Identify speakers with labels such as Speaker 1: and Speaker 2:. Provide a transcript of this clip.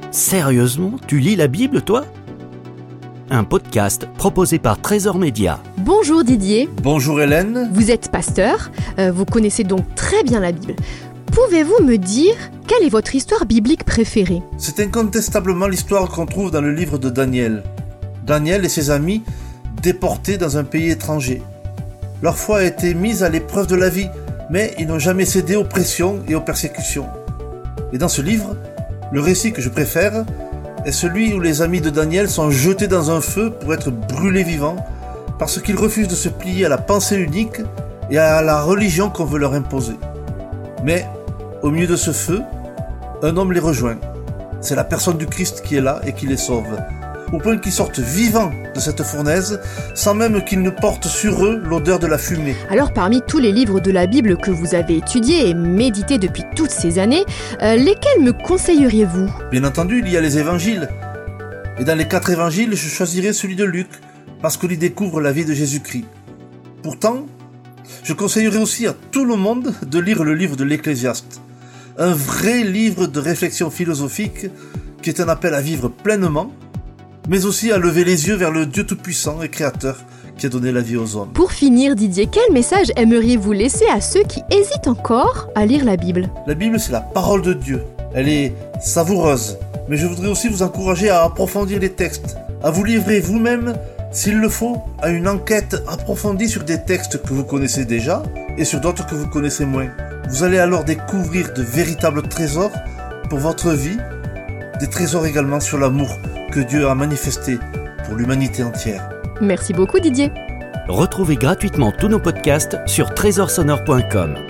Speaker 1: Sérieusement, tu lis la Bible, toi ? Un podcast proposé par Trésor Média.
Speaker 2: Bonjour Didier.
Speaker 3: Bonjour Hélène.
Speaker 2: Vous êtes pasteur, vous connaissez donc très bien la Bible. Pouvez-vous me dire quelle est votre histoire biblique préférée ?
Speaker 3: C'est incontestablement l'histoire qu'on trouve dans le livre de Daniel. Daniel et ses amis déportés dans un pays étranger. Leur foi a été mise à l'épreuve de la vie, mais ils n'ont jamais cédé aux pressions et aux persécutions. Et dans ce livre, le récit que je préfère est celui où les amis de Daniel sont jetés dans un feu pour être brûlés vivants parce qu'ils refusent de se plier à la pensée unique et à la religion qu'on veut leur imposer. Mais, au milieu de ce feu, un homme les rejoint. C'est la personne du Christ qui est là et qui les sauve, au point qu'ils sortent vivants de cette fournaise, sans même qu'ils ne portent sur eux l'odeur de la fumée.
Speaker 2: Alors parmi tous les livres de la Bible que vous avez étudiés et médités depuis toutes ces années, lesquels me conseilleriez-vous ?
Speaker 3: Bien entendu, il y a les évangiles. Et dans les 4 évangiles, je choisirai celui de Luc, parce qu'il y découvre la vie de Jésus-Christ. Pourtant, je conseillerais aussi à tout le monde de lire le livre de l'Ecclésiaste. Un vrai livre de réflexion philosophique qui est un appel à vivre pleinement, mais aussi à lever les yeux vers le Dieu Tout-Puissant et Créateur qui a donné la vie aux hommes.
Speaker 2: Pour finir, Didier, quel message aimeriez-vous laisser à ceux qui hésitent encore à lire la Bible ?
Speaker 3: La Bible, c'est la parole de Dieu. Elle est savoureuse, mais je voudrais aussi vous encourager à approfondir les textes, à vous livrer vous-même, s'il le faut, à une enquête approfondie sur des textes que vous connaissez déjà et sur d'autres que vous connaissez moins. Vous allez alors découvrir de véritables trésors pour votre vie, des trésors également sur l'amour que Dieu a manifesté pour l'humanité entière.
Speaker 2: Merci beaucoup Didier.
Speaker 1: Retrouvez gratuitement tous nos podcasts sur trésorsonore.com.